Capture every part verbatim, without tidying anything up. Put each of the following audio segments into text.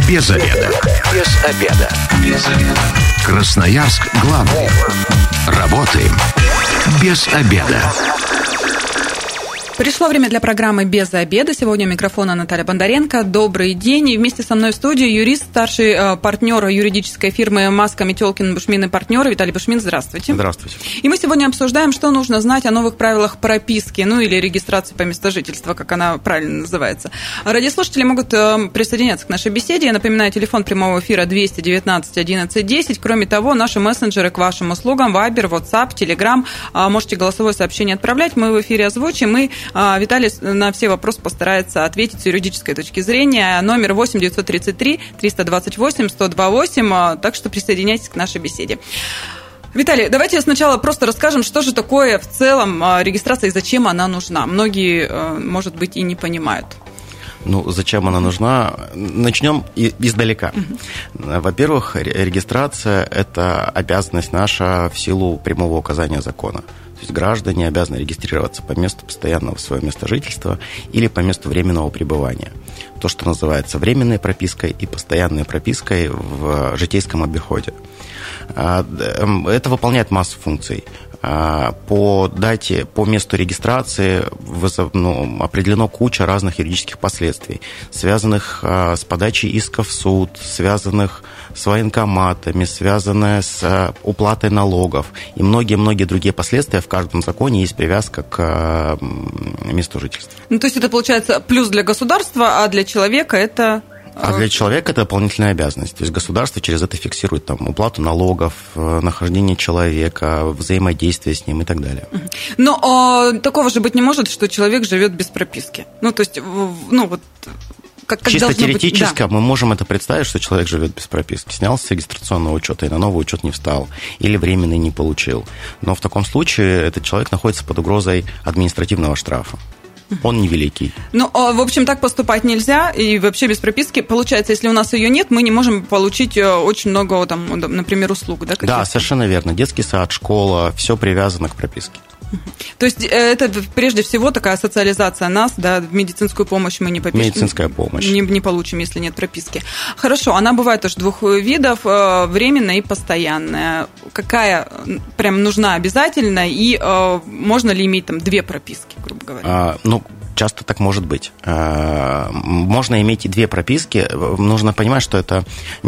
Без обеда. Без обеда. Без обеда. Красноярск главный. Работаем без обеда. Пришло время для программы «Без обеда». Сегодня у микрофона Наталья Бондаренко. Добрый день. И вместе со мной в студии юрист, старший партнер юридической фирмы «Маска, Метелкин, Бушмин и партнеры» Виталий Бушмин. Здравствуйте. Здравствуйте. И мы сегодня обсуждаем, что нужно знать о новых правилах прописки, ну или регистрации по месту жительства, как она правильно называется. Радиослушатели могут присоединяться к нашей беседе. Я напоминаю, телефон прямого эфира двести девятнадцать одиннадцать десять. Кроме того, наши мессенджеры к вашим услугам: Viber, WhatsApp, Telegram. Можете голосовое сообщение отправлять, мы в эфире озвучим, и Виталий на все вопросы постарается ответить с юридической точки зрения. Номер восемь девятьсот тридцать три триста двадцать восемь сто двадцать восемь. Так что присоединяйтесь к нашей беседе. Виталий, давайте сначала просто расскажем, что же такое в целом регистрация и зачем она нужна. Многие, может быть, и не понимают. Ну, зачем она нужна? Начнем издалека. Uh-huh. Во-первых, регистрация – это обязанность наша в силу прямого указания закона. То есть граждане обязаны регистрироваться по месту постоянного своего места жительства или по месту временного пребывания. То, что называется временной пропиской и постоянной пропиской в житейском обиходе. Это выполняет массу функций. По дате, по месту регистрации ну, определено куча разных юридических последствий, связанных с подачей исков в суд, связанных с военкоматами, связанных с уплатой налогов и многие-многие другие последствия. В каждом законе есть привязка к месту жительства. Ну, то есть это получается плюс для государства, а для человека это... А для человека это дополнительная обязанность. То есть государство через это фиксирует там, уплату налогов, нахождение человека, взаимодействие с ним и так далее. Но а, такого же быть не может, что человек живет без прописки. Ну, то есть, ну, вот... Как, как Чисто теоретически быть, да. мы можем это представить, что человек живет без прописки, снялся с регистрационного учета и на новый учет не встал, или временный не получил. Но в таком случае этот человек находится под угрозой административного штрафа. Он невеликий. Ну, в общем, так поступать нельзя, и вообще без прописки. Получается, если у нас ее нет, мы не можем получить очень много, там, например, услуг. Да, да, совершенно верно. Детский сад, школа, все привязано к прописке. То есть это прежде всего такая социализация нас, да, медицинскую помощь мы не попишем. Медицинская помощь. Не, не получим, если нет прописки. Хорошо, она бывает тоже двух видов, временная и постоянная. Какая прям нужна обязательно, и можно ли иметь там две прописки, грубо говоря? А, ну, часто так может быть. Можно иметь и две прописки. Нужно понимать, что это...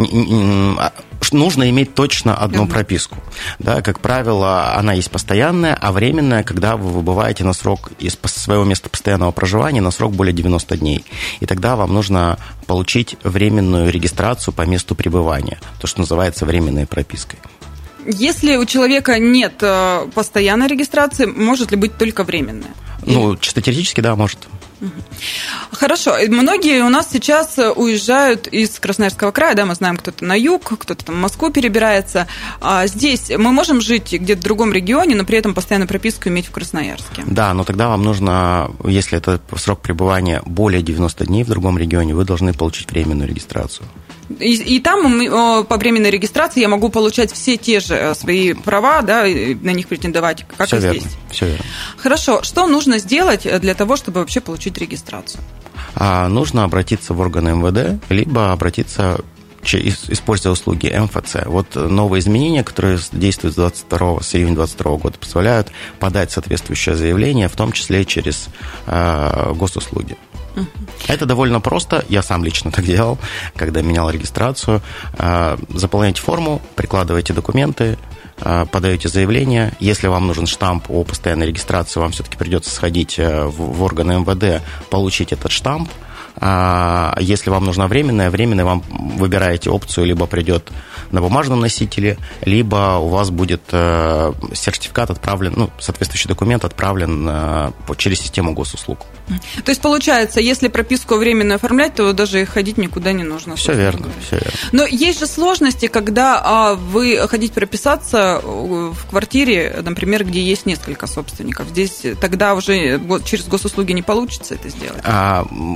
Нужно иметь точно одну mm-hmm. прописку. Да, как правило, она есть постоянная, а временная, когда вы выбываете на срок из своего места постоянного проживания на срок более девяноста дней. И тогда вам нужно получить временную регистрацию по месту пребывания. То, что называется временной пропиской. Если у человека нет постоянной регистрации, может ли быть только временная? Ну, чисто теоретически, да, может. Хорошо. Многие у нас сейчас уезжают из Красноярского края, да, мы знаем, кто-то на юг, кто-то там в Москву перебирается. А здесь мы можем жить где-то в другом регионе, но при этом постоянную прописку иметь в Красноярске? Да, но тогда вам нужно, если это срок пребывания более девяноста дней в другом регионе, вы должны получить временную регистрацию. И, и там по временной регистрации я могу получать все те же свои права, да, на них претендовать, как все и верно, здесь. Все верно. Хорошо. Что нужно сделать для того, чтобы вообще получить регистрацию? А, нужно обратиться в органы эм вэ дэ, либо обратиться, используя услуги эм эф цэ. Вот новые изменения, которые действуют с, двадцать второго, с июня двадцать второго года, позволяют подать соответствующее заявление, в том числе через а, госуслуги. Uh-huh. Это довольно просто. Я сам лично так делал, когда менял регистрацию. Заполняете форму, прикладываете документы, подаете заявление. Если вам нужен штамп о постоянной регистрации, вам все-таки придется сходить в органы эм вэ дэ, получить этот штамп. Если вам нужна временная, временная вам выбираете опцию, либо придет на бумажном носителе, либо у вас будет сертификат отправлен, ну, соответствующий документ отправлен через систему госуслуг. То есть, получается, если прописку временную оформлять, то даже ходить никуда не нужно. Все верно, все верно. Но есть же сложности, когда вы хотите прописаться в квартире, например, где есть несколько собственников. Здесь тогда уже через госуслуги не получится это сделать. А,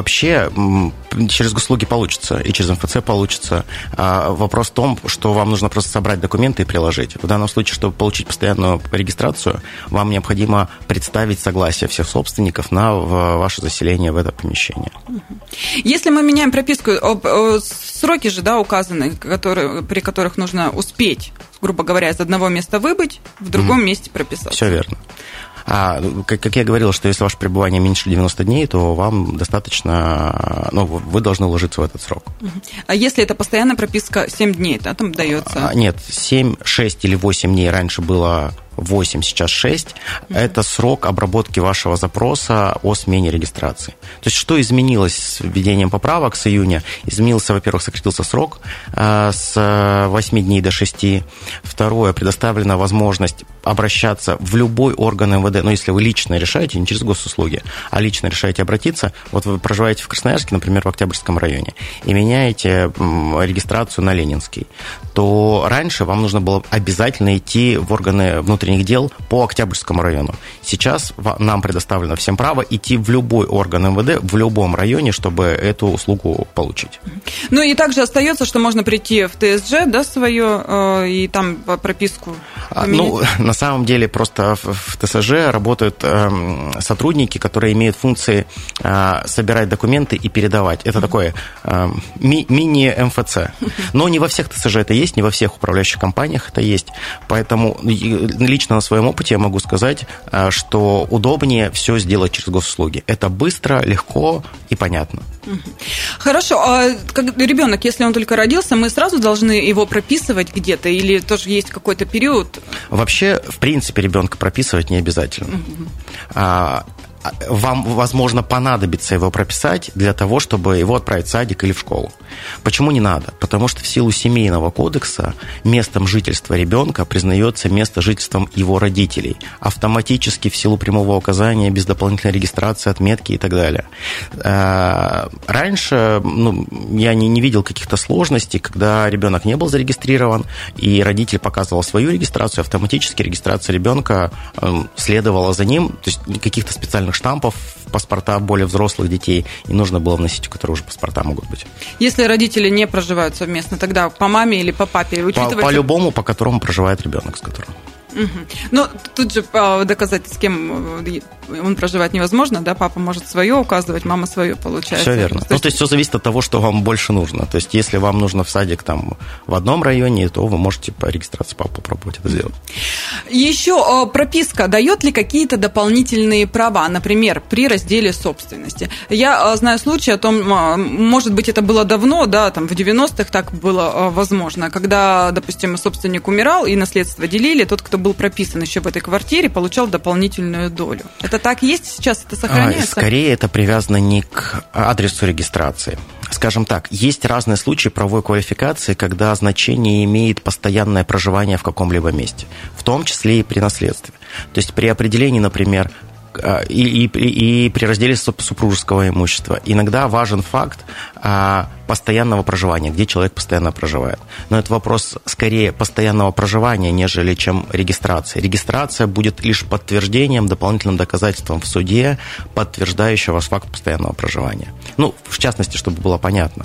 вообще через госуслуги получится, и через эм эф цэ получится. Вопрос в том, что вам нужно просто собрать документы и приложить. В данном случае, чтобы получить постоянную регистрацию, вам необходимо представить согласие всех собственников на ваше заселение в это помещение. Если мы меняем прописку, сроки же, да, указаны, которые, при которых нужно успеть, грубо говоря, из одного места выбыть, в другом mm-hmm. месте прописаться. Все верно. А, как, как я говорил, что если ваше пребывание меньше девяноста дней, то вам достаточно, ну, вы должны уложиться в этот срок. А если это постоянная прописка, семь дней, да, там дается? А, нет, семь, шесть или восемь дней раньше было восемь, сейчас шесть. Mm-hmm. Это срок обработки вашего запроса о смене регистрации. То есть, что изменилось с введением поправок с июня? Изменился, во-первых, сократился срок э, с восьми дней до шести. Второе, предоставлена возможность обращаться в любой орган эм вэ дэ, ну, если вы лично решаете, не через госуслуги, а лично решаете обратиться. Вот вы проживаете в Красноярске, например, в Октябрьском районе, и меняете регистрацию на Ленинский, то раньше вам нужно было обязательно идти в органы внутренних дел по Октябрьскому району. Сейчас нам предоставлено всем право идти в любой орган эм вэ дэ в любом районе, чтобы эту услугу получить. Ну и также остается, что можно прийти в тэ эс джэ, да, свое, и там прописку поменять? Ну, на самом деле просто в тэ эс жэ работают сотрудники, которые имеют функции собирать документы и передавать. Это такое ми- мини-эм эф цэ. Но не во всех тэ эс жэ это есть, не во всех управляющих компаниях это есть. Поэтому лично на своем опыте я могу сказать, что удобнее все сделать через госуслуги. Это быстро, легко и понятно. Хорошо. А как ребенок, если он только родился, мы сразу должны его прописывать где-то или тоже есть какой-то период? Вообще, в принципе, ребенка прописывать не обязательно. Угу. Вам, возможно, понадобится его прописать для того, чтобы его отправить в садик или в школу. Почему не надо? Потому что в силу семейного кодекса местом жительства ребенка признается место жительства его родителей. Автоматически в силу прямого указания, без дополнительной регистрации, отметки и так далее. Раньше ну, я не, не видел каких-то сложностей, когда ребенок не был зарегистрирован, и родитель показывал свою регистрацию, автоматически регистрация ребенка следовала за ним, то есть каких-то специальных штампов в паспорта более взрослых детей и нужно было вносить, у которых уже паспорта могут быть. Если родители не проживают совместно, тогда по маме или по папе? Учитывается... По, по любому, по которому проживает ребенок, с которым. Угу. Ну, тут же доказать, с кем он проживает, невозможно, да, папа может свое указывать, мама свое, получается. Все верно. То, ну, есть... то есть все зависит от того, что вам больше нужно. То есть если вам нужно в садик там в одном районе, то вы можете по регистрации папы попробовать это сделать. Еще прописка дает ли какие-то дополнительные права, например, при разделе собственности? Я знаю случай о том, может быть, это было давно, да, там в девяностых так было возможно, когда, допустим, собственник умирал и наследство делили, тот, кто был прописан еще в этой квартире, получал дополнительную долю. Это так есть сейчас? Это сохраняется? Скорее, это привязано не к адресу регистрации. Скажем так, есть разные случаи правовой квалификации, когда значение имеет постоянное проживание в каком-либо месте, в том числе и при наследстве. То есть при определении, например, и, и, и при разделе супружеского имущества иногда важен факт постоянного проживания, где человек постоянно проживает. Но это вопрос скорее постоянного проживания, нежели чем регистрации. Регистрация будет лишь подтверждением, дополнительным доказательством в суде, подтверждающего факт постоянного проживания. Ну, в частности, чтобы было понятно.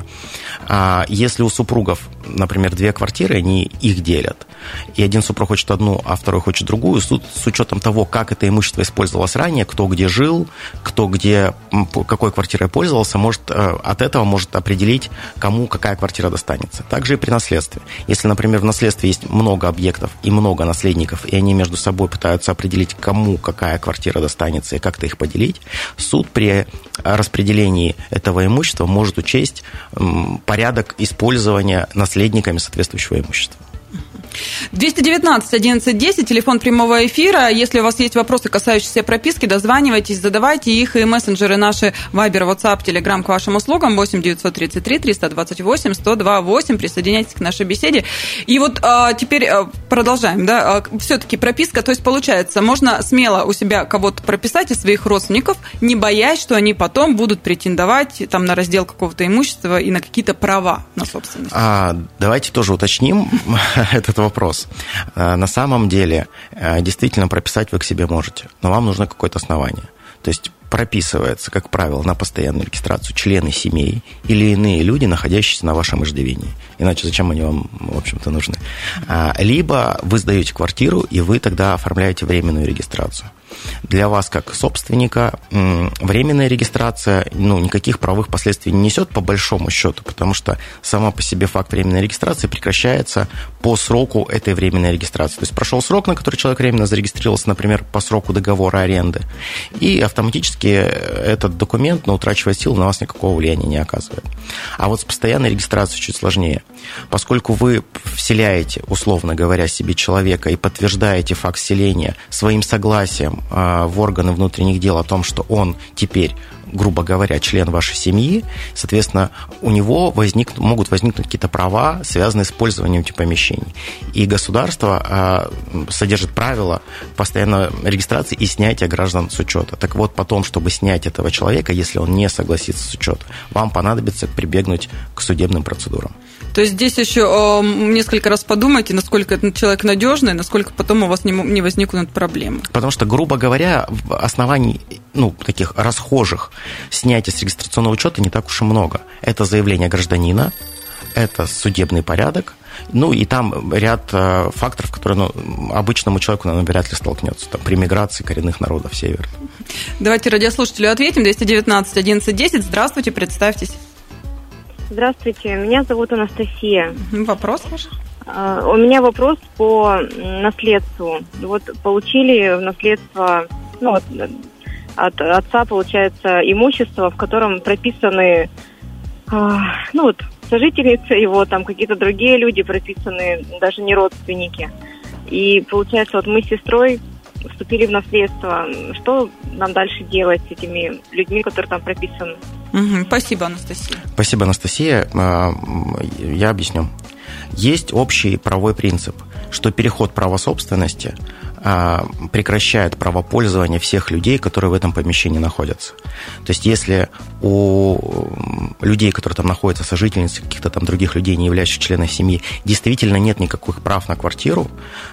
Если у супругов, например, две квартиры, они их делят, и один супруг хочет одну, а второй хочет другую, суд с учетом того, как это имущество использовалось ранее, кто где жил, кто где, какой квартирой пользовался, может, от этого может определить, кому какая квартира достанется. Также и при наследстве. Если, например, в наследстве есть много объектов и много наследников, и они между собой пытаются определить, кому какая квартира достанется и как-то их поделить, суд при распределении этого имущества может учесть порядок использования наследниками соответствующего имущества. двести девятнадцать одиннадцать десять, телефон прямого эфира. Если у вас есть вопросы, касающиеся прописки, дозванивайтесь, задавайте их, и мессенджеры наши Viber, WhatsApp, Telegram к вашим услугам восемь девятьсот тридцать три триста двадцать восемь сто два восемь. Присоединяйтесь к нашей беседе. И вот а, теперь а, продолжаем, да, а, все-таки прописка, то есть получается, можно смело у себя кого-то прописать из своих родственников, не боясь, что они потом будут претендовать там на раздел какого-то имущества и на какие-то права на собственность. А, давайте тоже уточним этот вопрос. На самом деле, действительно прописать вы к себе можете, но вам нужно какое-то основание. То есть прописывается, как правило, на постоянную регистрацию члены семей или иные люди, находящиеся на вашем иждивении. Иначе зачем они вам, в общем-то, нужны? Либо вы сдаете квартиру, и вы тогда оформляете временную регистрацию. Для вас, как собственника, временная регистрация ну, никаких правовых последствий не несет по большому счету, потому что сама по себе факт временной регистрации прекращается по сроку этой временной регистрации. То есть прошел срок, на который человек временно зарегистрировался, например, по сроку договора аренды, и автоматически этот документ ну, утрачивает силу, на вас никакого влияния не оказывает. А вот с постоянной регистрацией чуть сложнее. Поскольку вы вселяете, условно говоря, себе человека и подтверждаете факт вселения своим согласием в органы внутренних дел о том, что он теперь, грубо говоря, член вашей семьи, соответственно, у него возник, могут возникнуть какие-то права, связанные с пользованием этих помещений. И государство содержит правила постоянной регистрации и снятия граждан с учета. Так вот, потом, чтобы снять этого человека, если он не согласится с учетом, вам понадобится прибегнуть к судебным процедурам. То есть здесь еще несколько раз подумайте, насколько этот человек надежный, насколько потом у вас не возникнут проблемы. Потому что, грубо говоря, оснований ну, таких расхожих снятия с регистрационного учета не так уж и много. Это заявление гражданина, это судебный порядок, ну и там ряд факторов, которые ну, обычному человеку, наверное, вряд ли столкнется там, при миграции коренных народов севера. Давайте радиослушателю ответим. двести девятнадцать одиннадцать десять. Здравствуйте, представьтесь. Здравствуйте, меня зовут Анастасия. Вопрос ваш? У меня вопрос по наследству. Вот получили в наследство, ну, от, от отца, получается, имущество, в котором прописаны, ну, вот, сожительницы его, там какие-то другие люди прописаны, даже не родственники. И, получается, вот мы с сестрой вступили в наследство. Что нам дальше делать с этими людьми, которые там прописаны? Угу. Спасибо, Анастасия. Спасибо, Анастасия. Я объясню. Есть общий правовой принцип, что переход права собственности прекращает право пользования всех людей, которые в этом помещении находятся. То есть, если у людей, которые там находятся, сожительницы, каких-то там других людей, не являющихся членами семьи, действительно нет никаких прав на квартиру,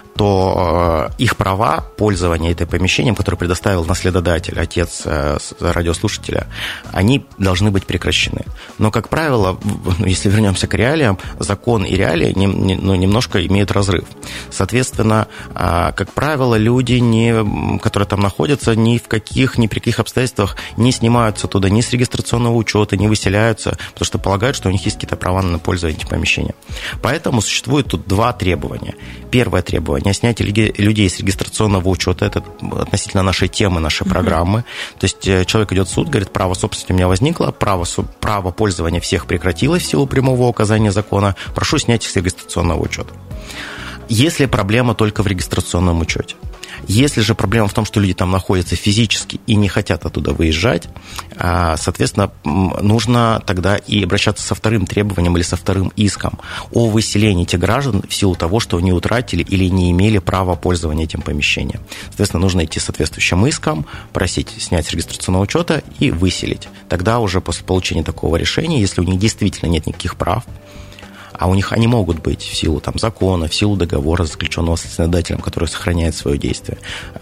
то их права пользования этим помещением, которое предоставил наследодатель, отец радиослушателя, они должны быть прекращены. Но, как правило, если вернемся к реалиям, закон и реалии ну, немножко имеют разрыв. Соответственно, как правило, люди, не, которые там находятся, ни в каких, ни при каких обстоятельствах не снимаются туда, ни с регистрационного учета, не выселяются, потому что полагают, что у них есть какие-то права на пользование этим помещением. Поэтому существует тут два требования. Первое требование – снятие людей с регистрационного учета, это относительно нашей темы, нашей программы. Mm-hmm. То есть человек идет в суд, говорит, право собственности у меня возникло, право, право пользования всех прекратилось в силу прямого указания закона, прошу снять их с регистрационного учета. Если проблема только в регистрационном учете. Если же проблема в том, что люди там находятся физически и не хотят оттуда выезжать, соответственно, нужно тогда и обращаться со вторым требованием или со вторым иском о выселении этих граждан в силу того, что они утратили или не имели права пользования этим помещением. Соответственно, нужно идти с соответствующим иском, просить снять с регистрационного учета и выселить. Тогда уже после получения такого решения, если у них действительно нет никаких прав, а у них они могут быть в силу там, закона, в силу договора, заключенного с наследодателем, который сохраняет свое действие.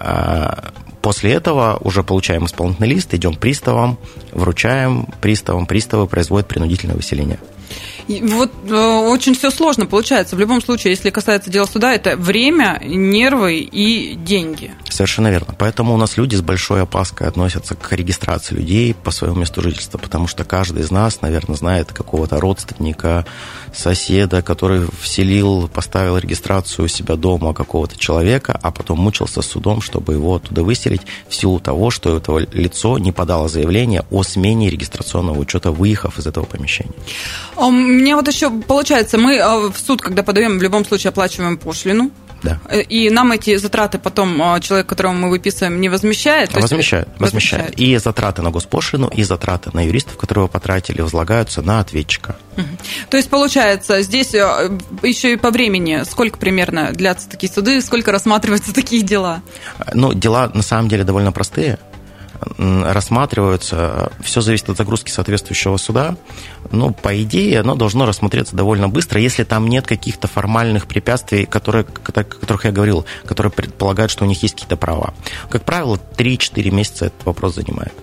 После этого уже получаем исполнительный лист, идем к приставам, вручаем приставам, приставы производят принудительное выселение. Вот э, очень все сложно получается. В любом случае, если касается дела суда, это время, нервы и деньги. Совершенно верно. Поэтому у нас люди с большой опаской относятся к регистрации людей по своему месту жительства, потому что каждый из нас, наверное, знает какого-то родственника, соседа, который вселил, поставил регистрацию у себя дома какого-то человека, а потом мучился с судом, чтобы его оттуда выселить в силу того, что это лицо не подало заявление о смене регистрационного учета, выехав из этого помещения. У меня вот еще получается, мы в суд, когда подаем, в любом случае оплачиваем пошлину. Да. И нам эти затраты потом человек, которого мы выписываем, не возмещает? Возмещает, возмещает. возмещает. И затраты на госпошлину, и затраты на юристов, которые вы потратили, возлагаются на ответчика. Угу. То есть, получается, здесь еще и по времени, сколько примерно длятся такие суды, сколько рассматриваются такие дела? Ну, дела на самом деле довольно простые. рассматриваются. Все зависит от загрузки соответствующего суда. Ну, по идее, оно должно рассмотреться довольно быстро, если там нет каких-то формальных препятствий, которые, о которых я говорил, которые предполагают, что у них есть какие-то права. Как правило, три-четыре месяца этот вопрос занимает.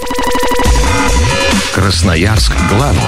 Красноярск главный.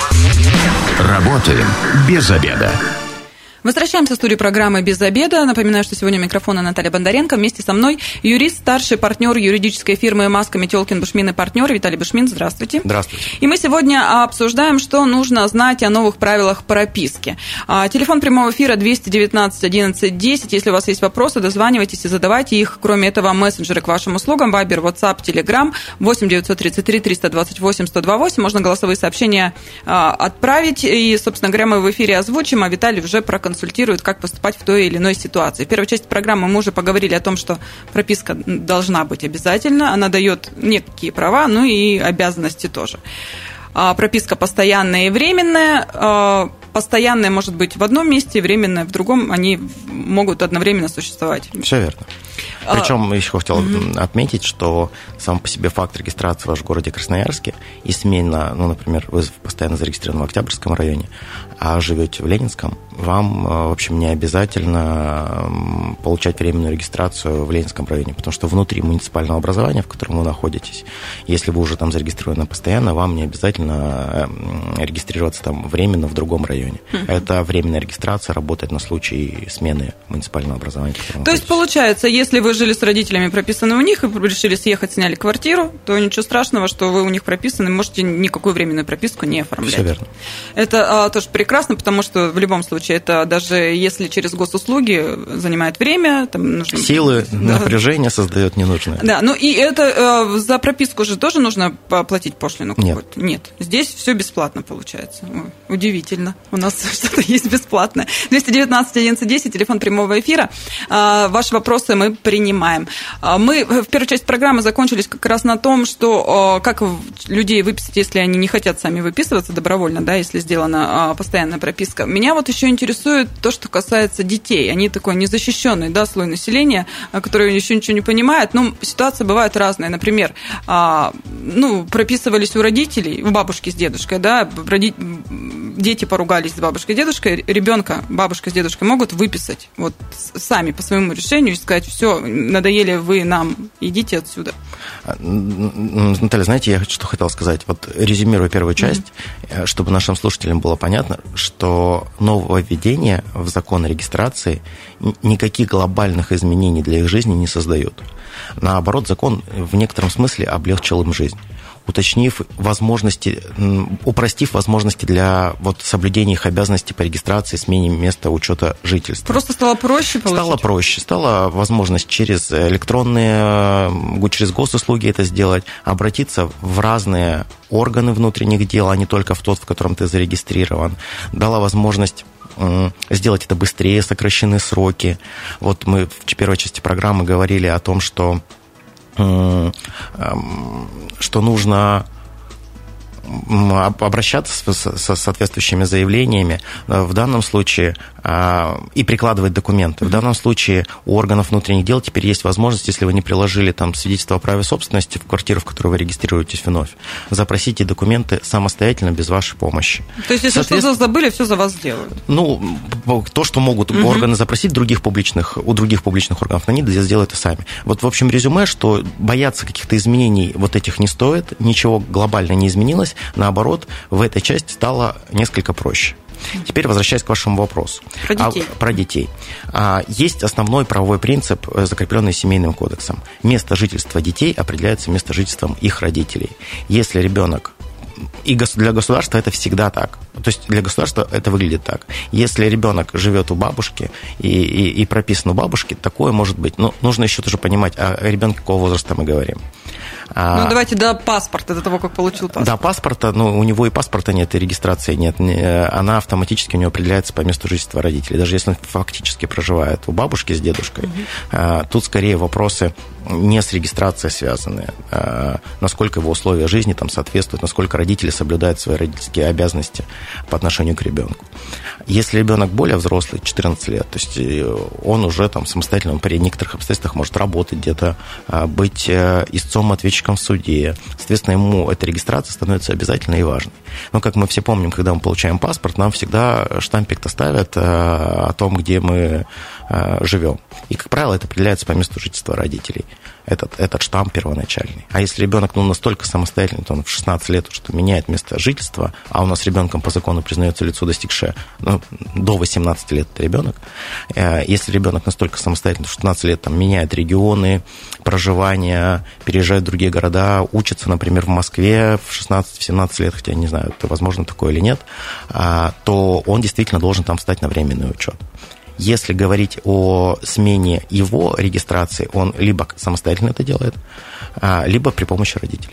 Работаем без обеда. Возвращаемся в студию программы «Без обеда». Напоминаю, что сегодня у микрофона Наталья Бондаренко. Вместе со мной юрист, старший партнер юридической фирмы «Маска, Метелкин, Бушмин и партнеры» Виталий Бушмин. Здравствуйте. Здравствуйте. И мы сегодня обсуждаем, что нужно знать о новых правилах прописки. Телефон прямого эфира двести девятнадцать одиннадцать десять. Если у вас есть вопросы, дозванивайтесь и задавайте их. Кроме этого, мессенджеры к вашим услугам. Вайбер, WhatsApp, Telegram. восемь девятьсот тридцать три триста двадцать восемь сто двадцать восемь. Можно голосовые сообщения отправить. И, собственно говоря, мы в эфире озвучим, а Виталий уже проконсультирует, как поступать в той или иной ситуации. В первой части программы мы уже поговорили о том, что прописка должна быть обязательно, она дает некие права, ну и обязанности тоже. Прописка постоянная и временная. Постоянная может быть в одном месте, временная в другом. Они могут одновременно существовать. Все верно. Причем еще хотел mm-hmm. отметить, что сам по себе факт регистрации в вашем городе Красноярске и смена, ну, например, вы постоянно зарегистрированы в Октябрьском районе, а живете в Ленинском, вам, в общем, не обязательно получать временную регистрацию в Ленинском районе, потому что внутри муниципального образования, в котором вы находитесь, если вы уже там зарегистрированы постоянно, вам не обязательно регистрироваться там временно в другом районе. Mm-hmm. Эта временная регистрация работает на случай смены муниципального образования. То есть, получается, если вы жили с родителями, прописаны у них, и решили съехать, сняли квартиру, то ничего страшного, что вы у них прописаны, можете никакую временную прописку не оформлять. Все верно. Это а, тоже прекрасно, потому что в любом случае, это даже если через госуслуги занимает время, там нужно... Силы, да. Напряжение создает ненужное. Да, ну и это а, за прописку же тоже нужно платить пошлину какую-то? Нет. Нет. Здесь все бесплатно получается. Ой, удивительно. У нас что-то есть бесплатное. двести девятнадцать одиннадцать десять, телефон прямого эфира. А, ваши вопросы мы принимаем. Мы в первой части программы закончились как раз на том, что как людей выписать, если они не хотят сами выписываться добровольно, да, если сделана постоянная прописка. Меня вот еще интересует то, что касается детей. Они такой незащищенный, да, слой населения, который еще ничего не понимает. Ну, ситуации бывают разные. Например, ну, прописывались у родителей, у бабушки с дедушкой, да, дети поругались с бабушкой и дедушкой, ребенка бабушка с дедушкой могут выписать вот сами по своему решению и сказать: все, надоели вы нам, идите отсюда. Наталья, знаете, я что хотел сказать? Вот резюмируя первую часть, mm-hmm. чтобы нашим слушателям было понятно, что нововведения в закон о регистрации никаких глобальных изменений для их жизни не создают. Наоборот, закон в некотором смысле облегчил им жизнь, уточнив возможности, упростив возможности для вот соблюдения их обязанностей по регистрации, смене места учета жительства. Просто стало проще получить? Стало проще. Стала возможность через электронные, через госуслуги это сделать, обратиться в разные органы внутренних дел, а не только в тот, в котором ты зарегистрирован. Дала возможность сделать это быстрее, сокращены сроки. Вот мы в первой части программы говорили о том, что что нужно обращаться со соответствующими заявлениями в данном случае и прикладывать документы. В данном случае у органов внутренних дел теперь есть возможность, если вы не приложили там свидетельство о праве собственности в квартиру, в которой вы регистрируетесь вновь, запросите документы самостоятельно, без вашей помощи. То есть, если что-то забыли, все за вас сделают? Ну, то, что могут угу. органы запросить других публичных, у других публичных органов, они сделают это сами. Вот, в общем, резюме, что бояться каких-то изменений вот этих не стоит, ничего глобально не изменилось. Наоборот, в этой части стало несколько проще. Теперь возвращаясь к вашему вопросу. Про детей. А, про детей. А, есть основной правовой принцип, закрепленный Семейным кодексом. Место жительства детей определяется место жительством их родителей. Если ребенок... И для государства это всегда так. То есть для государства это выглядит так. Если ребенок живет у бабушки и, и, и прописан у бабушки, такое может быть. Но нужно еще тоже понимать, о ребенке какого возраста мы говорим. Ну, давайте до паспорта, до того, как получил паспорт. До паспорта, ну, у него и паспорта нет, и регистрации нет. Она автоматически у него определяется по месту жительства родителей. Даже если он фактически проживает у бабушки с дедушкой, угу. тут скорее вопросы не с регистрацией связаны, а насколько его условия жизни там соответствуют, насколько родители соблюдают свои родительские обязанности по отношению к ребенку. Если ребенок более взрослый, четырнадцать лет, то есть он уже там самостоятельно, он при некоторых обстоятельствах может работать где-то, быть истцом обвиняемым, ответчиком в суде. Соответственно, ему эта регистрация становится обязательной и важной. Но, как мы все помним, когда мы получаем паспорт, нам всегда штампик-то ставят о том, где мы живем. И, как правило, это определяется по месту жительства родителей. Этот, этот штамп первоначальный. А если ребенок ну, настолько самостоятельный, то он в шестнадцать лет что меняет место жительства, а у нас ребенком по закону признается лицо, достигшее ну, до восемнадцати лет это ребенок. Если ребенок настолько самостоятельный, в шестнадцать лет там, меняет регионы проживания, переезжает в другие города, учится, например, в Москве в шестнадцать-семнадцать лет, хотя не знаю, это возможно такое или нет, то он действительно должен там встать на временный учет. Если говорить о смене его регистрации, он либо самостоятельно это делает, либо при помощи родителей.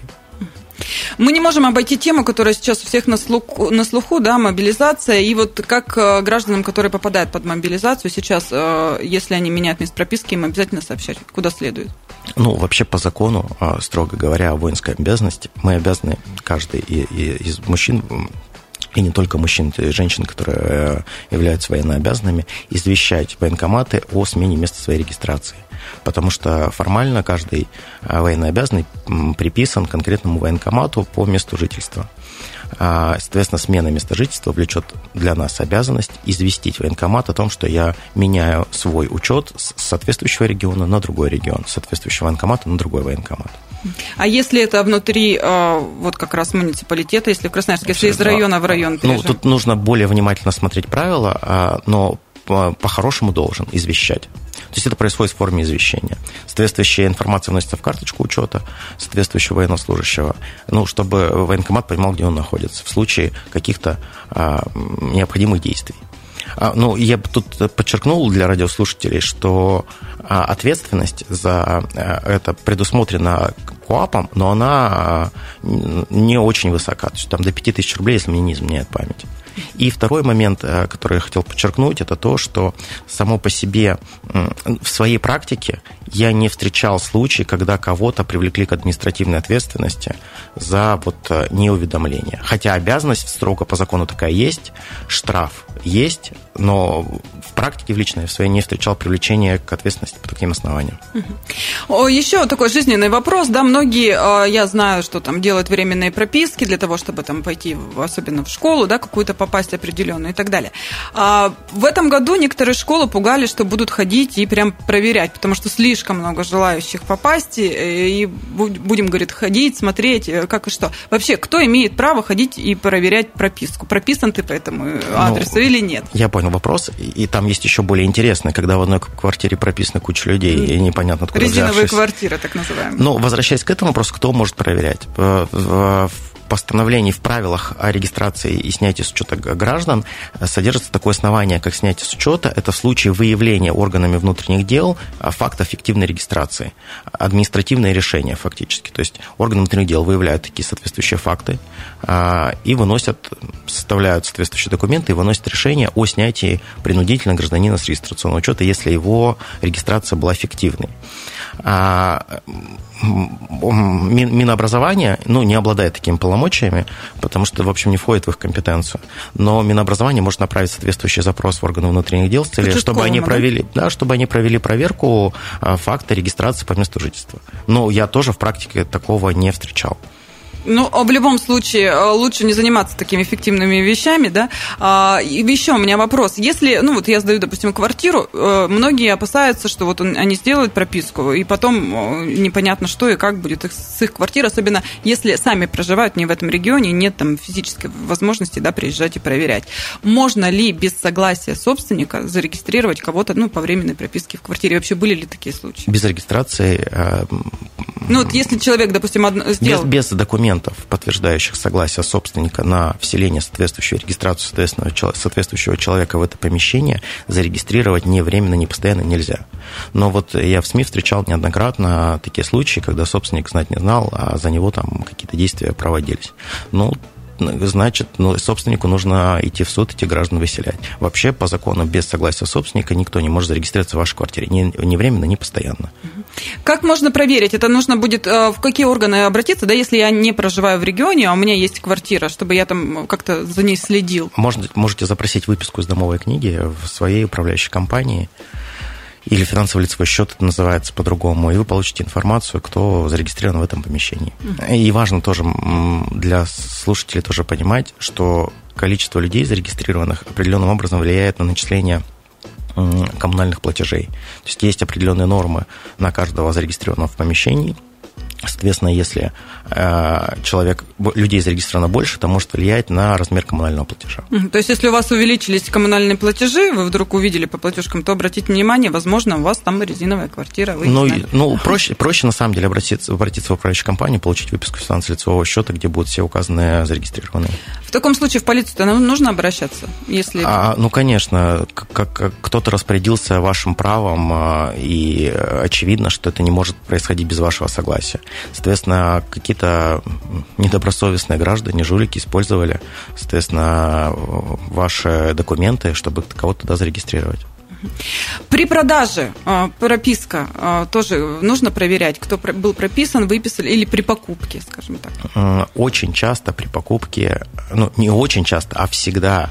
Мы не можем обойти тему, которая сейчас у всех на слуху, на слуху, да, мобилизация. И вот как гражданам, которые попадают под мобилизацию, сейчас, если они меняют место прописки, им обязательно сообщать, куда следует? Ну, вообще по закону, строго говоря, о воинской обязанности, мы обязаны, каждый из мужчин, и не только мужчин, но и женщин, которые являются военнообязанными, извещать военкоматы о смене места своей регистрации. Потому что формально каждый военнообязанный приписан конкретному военкомату по месту жительства. Соответственно, смена места жительства влечет для нас обязанность известить военкомат о том, что я меняю свой учет с соответствующего региона на другой регион, с соответствующего военкомата на другой военкомат. А если это внутри вот как раз муниципалитета, если в Красноярске, если из района в район переезжаем? Ну, тут нужно более внимательно смотреть правила, но по-хорошему должен извещать. То есть это происходит в форме извещения. Соответствующая информация вносится в карточку учета соответствующего военнослужащего, ну, чтобы военкомат понимал, где он находится в случае каких-то а, необходимых действий. А, ну, я бы тут подчеркнул для радиослушателей, что а, ответственность за а, это предусмотрена КоАПом, но она а, не очень высока. То есть там до пяти тысяч рублей, если мне не изменяет память. И второй момент, который я хотел подчеркнуть, это то, что само по себе в своей практике я не встречал случаи, когда кого-то привлекли к административной ответственности за вот неуведомление. Хотя обязанность строго по закону такая есть, штраф есть, но в практике в личной в своей не встречал привлечения к ответственности по таким основаниям. Еще такой жизненный вопрос, да, многие, я знаю, что там делают временные прописки для того, чтобы там пойти, особенно в школу, да, какую-то попасть определенную и так далее. В этом году некоторые школы пугали, что будут ходить и прям проверять, потому что слишком много желающих попасть, и будем, говорит, ходить, смотреть, как и что. Вообще, кто имеет право ходить и проверять прописку? Прописан ты по этому адресу ну, или нет? Я понял вопрос, и там есть еще более интересное, когда в одной квартире прописана куча людей, и непонятно, откуда резиновые взявшись. Квартиры, так называемые. Ну, возвращаясь к этому вопросу, кто может проверять? В постановлении, в правилах о регистрации и снятии с учета граждан содержится такое основание, как снятие с учета. Это в случае выявления органами внутренних дел факта фиктивной регистрации. Административное решение фактически. То есть органы внутренних дел выявляют такие соответствующие факты и выносят, составляют соответствующие документы и выносят решение о снятии принудительно гражданина с регистрационного учета, если его регистрация была фиктивной. Минобразование, ну, не обладает такими полномочиями, потому что, в общем, не входит в их компетенцию. Но Минобразование может направить соответствующий запрос в органы внутренних дел с целью, чтобы они провели, да, чтобы они провели проверку факта регистрации по месту жительства. Но я тоже в практике такого не встречал. Ну, в любом случае, лучше не заниматься такими фиктивными вещами, да. И еще у меня вопрос. Если, ну, вот я сдаю, допустим, квартиру, многие опасаются, что вот они сделают прописку, и потом непонятно, что и как будет с их квартирой, особенно если сами проживают не в этом регионе, нет там физической возможности, да, приезжать и проверять. Можно ли без согласия собственника зарегистрировать кого-то, ну, по временной прописке в квартире? Вообще были ли такие случаи? Без регистрации... Ну, вот если человек, допустим, сделал... Без, без документов, подтверждающих согласие собственника на вселение соответствующей регистрацию соответствующего человека в это помещение, зарегистрировать ни временно, ни постоянно нельзя. Но вот я в СМИ встречал неоднократно такие случаи, когда собственник знать не знал, а за него там какие-то действия проводились. Ну, значит, ну, собственнику нужно идти в суд, эти граждан выселять. Вообще, по закону, без согласия собственника никто не может зарегистрироваться в вашей квартире, ни, ни временно, ни постоянно. Как можно проверить? Это нужно будет в какие органы обратиться, да, если я не проживаю в регионе, а у меня есть квартира, чтобы я там как-то за ней следил? Можете, можете запросить выписку из домовой книги в своей управляющей компании или финансовый лицевой счет, это называется по-другому, и вы получите информацию, кто зарегистрирован в этом помещении. Uh-huh. И важно тоже для слушателей тоже понимать, что количество людей зарегистрированных определенным образом влияет на начисление коммунальных платежей. То есть есть определенные нормы на каждого зарегистрированного в помещении. Соответственно, если э, человек, людей зарегистрировано больше, то может влиять на размер коммунального платежа. То есть, если у вас увеличились коммунальные платежи, вы вдруг увидели по платежкам, то обратите внимание, возможно, у вас там резиновая квартира. Вы ну, ну проще, проще, на самом деле, обратиться, обратиться в управляющую компанию, получить выписку финансово-лицевого счета, где будут все указанные зарегистрированные. В таком случае в полицию-то нам нужно обращаться? Если... А, ну, конечно, как, как кто-то распорядился вашим правом, и очевидно, что это не может происходить без вашего согласия. Соответственно, какие-то недобросовестные граждане, жулики использовали, соответственно, ваши документы, чтобы кого-то туда зарегистрировать. При продаже прописка тоже нужно проверять, кто был прописан, выписан, или при покупке, скажем так? Очень часто при покупке, ну, не очень часто, а всегда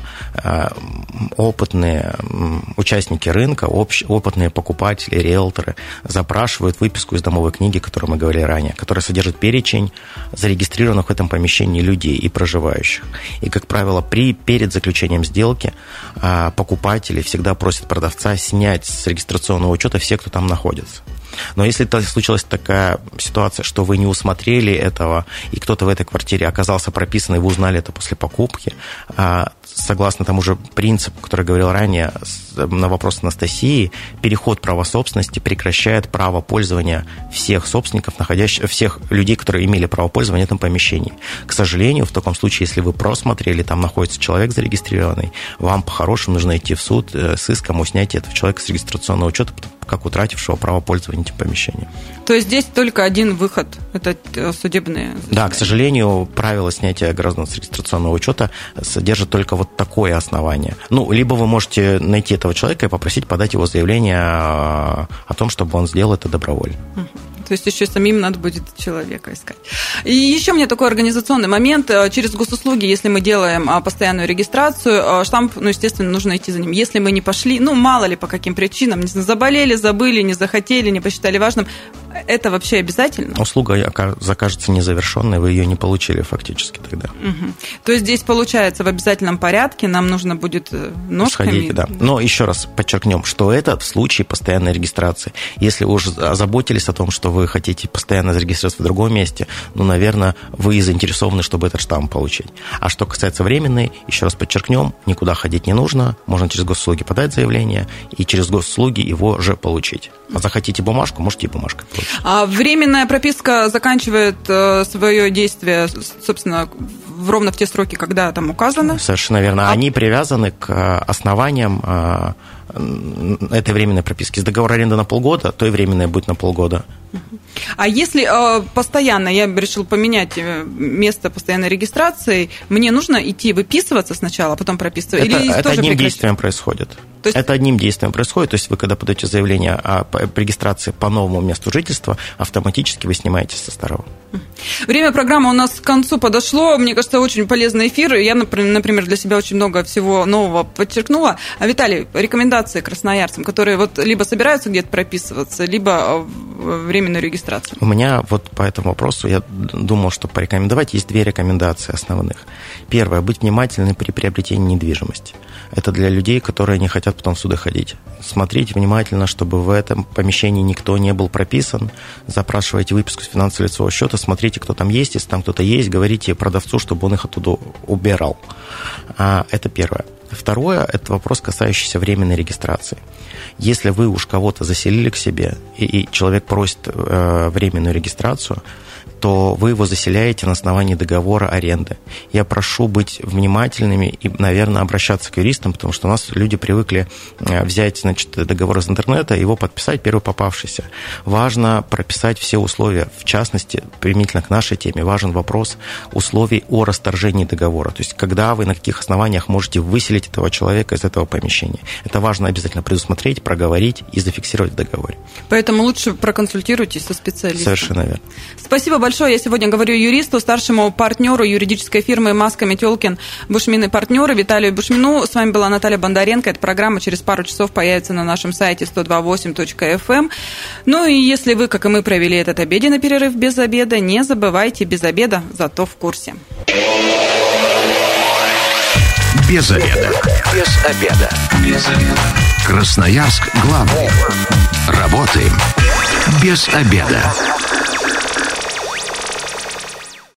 опытные участники рынка, опытные покупатели, риэлторы запрашивают выписку из домовой книги, о которой мы говорили ранее, которая содержит перечень зарегистрированных в этом помещении людей и проживающих. И, как правило, при, перед заключением сделки покупатели всегда просят продавца снять с регистрационного учета все, кто там находится. Но если случилась такая ситуация, что вы не усмотрели этого, и кто-то в этой квартире оказался прописан, и вы узнали это после покупки, согласно тому же принципу, который я говорил ранее, на вопрос Анастасии, переход права собственности прекращает право пользования всех собственников, находящих, всех людей, которые имели право пользования в этом помещении. К сожалению, в таком случае, если вы просмотрели, там находится человек зарегистрированный, вам по-хорошему нужно идти в суд с иском о снятии этого человека с регистрационного учета, как утратившего право пользования этим помещением. То есть здесь только один выход – это судебные? Да, к сожалению, правила снятия граждан с регистрационного учета содержат только вот такое основание. Ну, либо вы можете найти этого человека и попросить подать его заявление о том, чтобы он сделал это добровольно. То есть еще самим надо будет человека искать. И еще у меня такой организационный момент. Через госуслуги, если мы делаем постоянную регистрацию, штамп, ну, естественно, нужно идти за ним. Если мы не пошли, ну, мало ли по каким причинам, не знаю, заболели, забыли, не захотели, не посчитали важным, это вообще обязательно? Услуга закажется незавершенной, вы ее не получили фактически тогда. Угу. То есть здесь, получается, в обязательном порядке нам нужно будет ножками... Сходить, да. Но еще раз подчеркнем, что это в случае постоянной регистрации. Если вы уже озаботились о том, что вы хотите постоянно зарегистрироваться в другом месте, ну, наверное, вы заинтересованы, чтобы этот штамп получить. А что касается временной, еще раз подчеркнем, никуда ходить не нужно, можно через госуслуги подать заявление и через госуслуги его же получить. А захотите бумажку, можете и бумажкой получить. А временная прописка заканчивает свое действие, собственно, ровно в те сроки, когда там указано? Совершенно верно. Они привязаны к основаниям этой временной прописки. С договора аренды на полгода, то и временная будет на полгода. А если э, постоянно я решил поменять место постоянной регистрации, мне нужно идти выписываться сначала, а потом прописывать? Это, Или это тоже одним прекращать? действием происходит. То есть... Это одним действием происходит. То есть вы, когда подаете заявление о регистрации по новому месту жительства, автоматически вы снимаете со старого. Время программы у нас к концу подошло. Мне кажется, очень полезный эфир. Я, например, для себя очень много всего нового подчеркнула. А, Виталий, рекомендации красноярцам, которые вот либо собираются где-то прописываться, либо временную регистрацию? У меня вот по этому вопросу, я думал, что порекомендовать, есть две рекомендации основных. Первое, быть внимательным при приобретении недвижимости. Это для людей, которые не хотят потом в суды ходить. Смотрите внимательно, чтобы в этом помещении никто не был прописан. Запрашивайте выписку с финансового лицевого счета, смотрите, кто там есть. Если там кто-то есть, говорите продавцу, чтобы он их оттуда убирал. Это первое. Второе – это вопрос, касающийся временной регистрации. Если вы уж кого-то заселили к себе, и, и человек просит э, временную регистрацию, то вы его заселяете на основании договора аренды. Я прошу быть внимательными и, наверное, обращаться к юристам, потому что у нас люди привыкли взять, значит, договор из интернета, его подписать первый попавшийся. Важно прописать все условия. В частности, применительно к нашей теме, важен вопрос условий о расторжении договора. То есть, когда вы на каких основаниях можете выселить выбрать этого человека из этого помещения. Это важно обязательно предусмотреть, проговорить и зафиксировать в договоре. Поэтому лучше проконсультируйтесь со специалистом. Совершенно верно. Спасибо большое. Я сегодня говорю юристу, старшему партнеру юридической фирмы «Маска, Метелкин, Бушмин и партнеры» Виталию Бушмину. С вами была Наталья Бондаренко. Эта программа через пару часов появится на нашем сайте сто два восемь точка эф эм. Ну и если вы, как и мы, провели этот обеденный перерыв без обеда, не забывайте, без обеда, зато в курсе. Без обеда. Без обеда. Без обеда. Красноярск главный. Работаем без обеда.